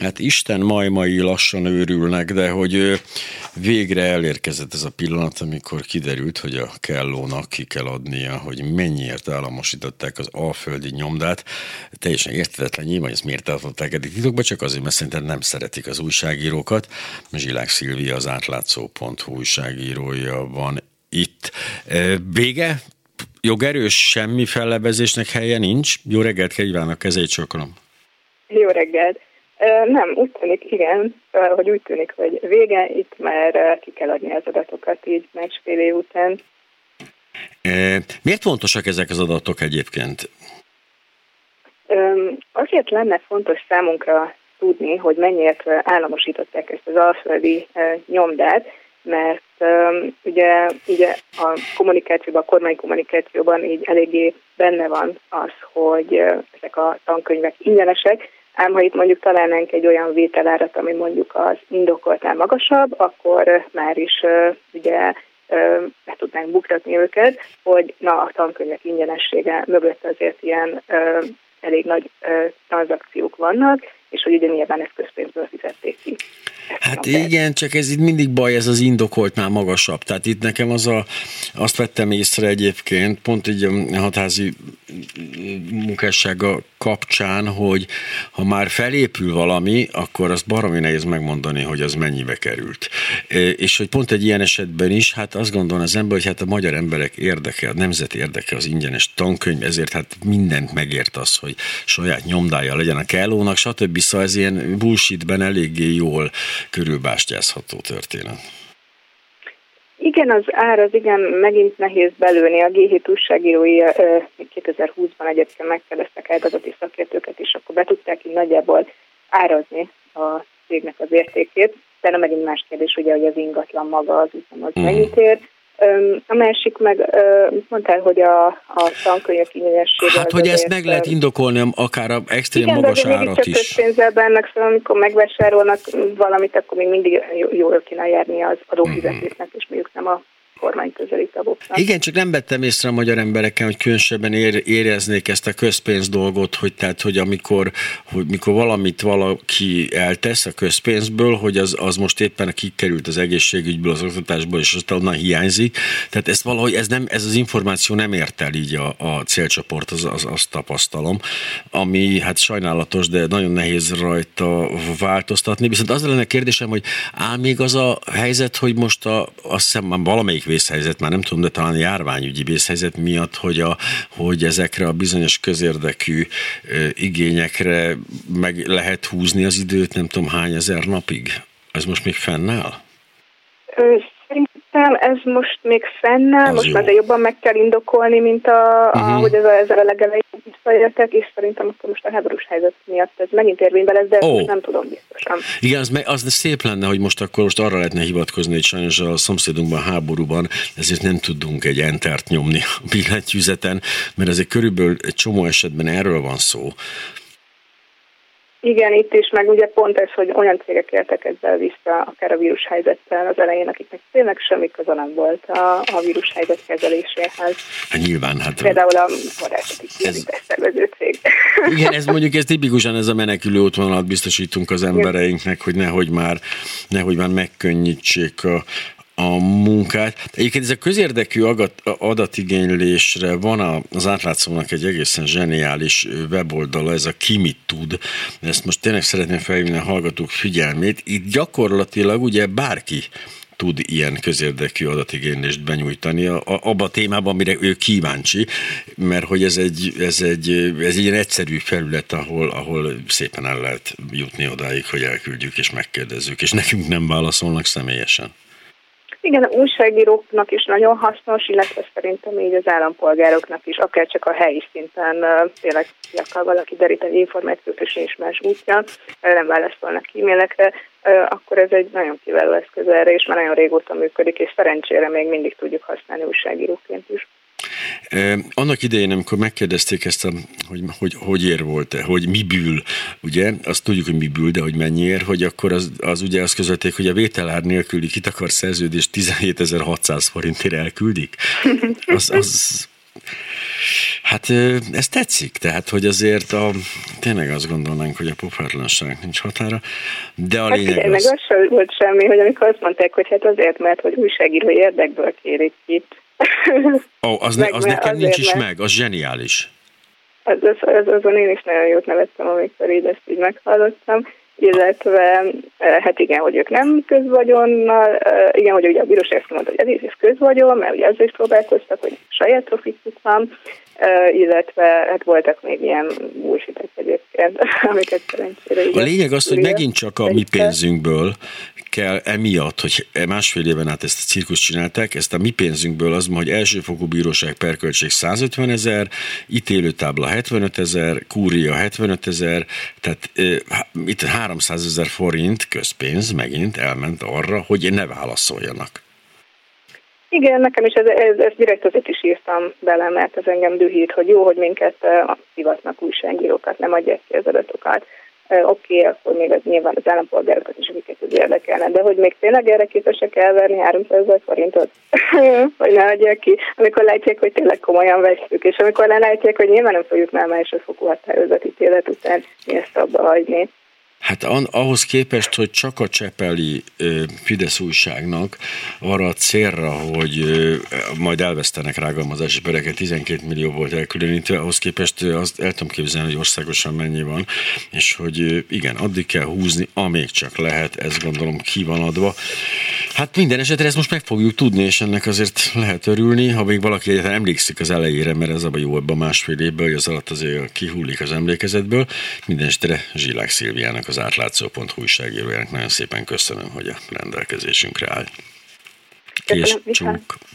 Hát Isten majmai lassan őrülnek, de hogy végre elérkezett ez a pillanat, amikor kiderült, hogy a Kellónak ki kell adnia, hogy mennyiért államosították az alföldi nyomdát. Teljesen érthetetlen nyilván, hogy ezt miért tartották eddig titokba, csak azért, mert szerintem nem szeretik az újságírókat. Zsilák Szilvia, az átlátszó.hu újságírója van itt. Vége? Jogerős, semmi fellebezésnek helye nincs? Jó reggelt kívánok, kezét csokolom. Jó reggelt. Nem, úgy tűnik, igen, hogy úgy tűnik, hogy vége, itt már ki kell adni az adatokat így másfél év után. Miért fontosak ezek az adatok egyébként? Azért lenne fontos számunkra tudni, hogy mennyiért államosították ezt az alföldi nyomdát, mert ugye a kommunikációban, a kormány kommunikációban így eléggé benne van az, hogy ezek a tankönyvek ingyenesek, ám ha itt mondjuk találnánk egy olyan vételárat, ami mondjuk az indokoltnál magasabb, akkor már is ugye meg tudnánk buktatni őket, hogy a tankönyvek ingyenessége mögött azért ilyen elég nagy tranzakciók vannak, és hogy ugye nyilván ezt közpénzből fizették ki. Hát igen, csak ez itt mindig baj, ez az indokoltnál magasabb. Tehát itt nekem azt vettem észre egyébként, pont így a hatházi munkássága kapcsán, hogy ha már felépül valami, akkor azt baromi nehéz megmondani, hogy az mennyibe került. És hogy pont egy ilyen esetben is, hát azt gondolom az ember, hogy hát a magyar emberek érdeke, a nemzeti érdeke az ingyenes tankönyv, ezért hát mindent megért az, hogy saját nyomdája legyen a Kellónak, stb. Szóval ez ilyen bullshitben eléggé jól körülbástyázható történet. Igen, az ár az igen, megint nehéz belőni. A G7 újságírói 2020-ban egyébként megkérdeztek ágazati szakértőket, és akkor be tudták így nagyjából árazni a cégnek az értékét. De megint más kérdés, ugye, hogy az ingatlan maga az üzem az mennyit ér. A másik meg, mondtál, hogy a tankönyvek ingyenessége... Hát, hogy ezt meg lehet indokolni akár a extrém magas árat is. Igen, de közpénzzel bennek, szóval amikor megvásárolnak valamit, akkor még mindig jól kéne járni az adófizetésnek, és mondjuk nem a kormány közeli tagoknak. Igen, csak nem vettem észre a magyar embereken, hogy különösebben éreznék ezt a közpénz dolgot, hogy amikor valamit valaki eltesz a közpénzből, hogy az most éppen kikerült az egészségügyből, az oktatásból, és aztán onnan hiányzik. Tehát ezt valahogy ez az információ nem ért el így a célcsoport, azt tapasztalom, ami hát sajnálatos, de nagyon nehéz rajta változtatni. Viszont az lenne kérdésem, hogy áll még az a helyzet, hogy most azt hiszem valamelyik vészhelyzet, már nem tudom, de talán járványügyi vészhelyzet miatt, hogy ezekre a bizonyos közérdekű igényekre meg lehet húzni az időt, nem tudom hány ezer napig. Ez most még fennáll? Szerintem ez most még fennáll, most már de jobban meg kell indokolni, mint ahogy ezzel a legelején visszajöttek, és szerintem akkor most a háborús helyzet miatt ez megint érvényben lesz, de ezt most nem tudom biztosan. Igen, az szép lenne, hogy most arra lehetne hivatkozni, hogy sajnos a szomszédunkban háborúban, ezért nem tudunk egy entert nyomni a billentyűzeten, mert azért körülbelül egy csomó esetben erről van szó. Igen, itt is, meg ugye pont ez, hogy olyan cégek éltek ezzel vissza, akár a vírushelyzettel az elején, akiknek tényleg semmi köze nem volt a vírushelyzet kezeléséhez. Nyilván, hát... Például a hadászati kiállítás szervező cég. Igen, ez mondjuk ez tipikusan ez a menekülő útvonalat biztosítunk az embereinknek, hogy nehogy már megkönnyítsék a munkát. Egyébként ez a közérdekű adatigénylésre van az átlátszónak egy egészen zseniális weboldala, ez a Ki mit tud. Ezt most tényleg szeretném felhívni a hallgatók figyelmét. Itt gyakorlatilag ugye bárki tud ilyen közérdekű adatigénylést benyújtani abba a témában, amire ő kíváncsi, mert hogy ez egy ilyen egyszerű felület, ahol szépen el lehet jutni odáig, hogy elküldjük és megkérdezzük, és nekünk nem válaszolnak személyesen. Igen, újságíróknak is nagyon hasznos, illetve szerintem így az állampolgároknak is, akár csak a helyi szinten tényleg akar valaki derít egy információt, és nincs más útja, nem válaszolnak e-mailekre, akkor ez egy nagyon kiváló eszköz erre, és már nagyon régóta működik, és szerencsére még mindig tudjuk használni újságíróként is. Annak idején, amikor megkérdezték ezt, hogy ér volt-e, hogy miből, ugye, azt tudjuk, hogy miből, de hogy mennyiért, hogy akkor az ugye azt közölték, hogy a vételár nélküli kitakar szerződést 17.600 forintért elküldik. Hát ez tetszik, tehát, hogy azért tényleg azt gondolnánk, hogy a pofátlanságnak nincs határa, de a lényeg meg az sem volt semmi, hogy amikor azt mondták, hogy hát azért, mert hogy újságírói érdekből kérik itt. Az neked nincs is meg, az zseniális. Azon én is nagyon jót nevettem, amikor ezt így meghallottam, illetve hát igen, hogy ők nem közvagyonnal, igen, hogy ugye a bíróság azt mondta, hogy ez is közvagyon, mert ugye ezzel is próbálkoztak, hogy saját profituk van, illetve hát voltak még ilyen bullshitek egyébként, amiket szerencsére... A lényeg az, hogy megint csak a mi pénzünkből kell emiatt, hogy másfél éven át ezt a cirkuszt csinálták, ezt a mi pénzünkből az, hogy elsőfokú bíróság perköltség 150 000, ítélőtábla 75 000, kúria 75 000, tehát itt 300 000 forint közpénz megint elment arra, hogy ne válaszoljanak. Igen, nekem is ez direkt azért is írtam bele, mert ez engem dühít, hogy jó, hogy minket hivatnak újságírókat, nem adják ki az adatokat. Oké, akkor még az nyilván az állampolgárokat is, akiket ez érdekelne, de hogy még tényleg erre képesek elverni 300 000 forintot, hogy ne adják ki, amikor látják, hogy tényleg komolyan vesszük, és amikor látják, hogy nyilván nem fogjuk már másodfokú határozatítélet után mi ezt abba hagyni. Hát ahhoz képest, hogy csak a csepeli Fidesz újságnak arra a célra, hogy majd elvesztenek rágalmazási pereket, 12 millió volt elkülönítve, ahhoz képest azt el tudom képzelni, hogy országosan mennyi van, és hogy igen, addig kell húzni, amíg csak lehet, ez gondolom ki van adva. Hát minden esetre ezt most meg fogjuk tudni, és ennek azért lehet örülni, ha még valaki egyáltalán emlékszik az elejére, mert ez a jó ebben másfél évben, hogy az alatt azért kihullik az emlékezetből. Minden esetre Zsilák Szilviának, az átlátszó.hu újságírójának nagyon szépen köszönöm, hogy a rendelkezésünkre áll. Kész csók!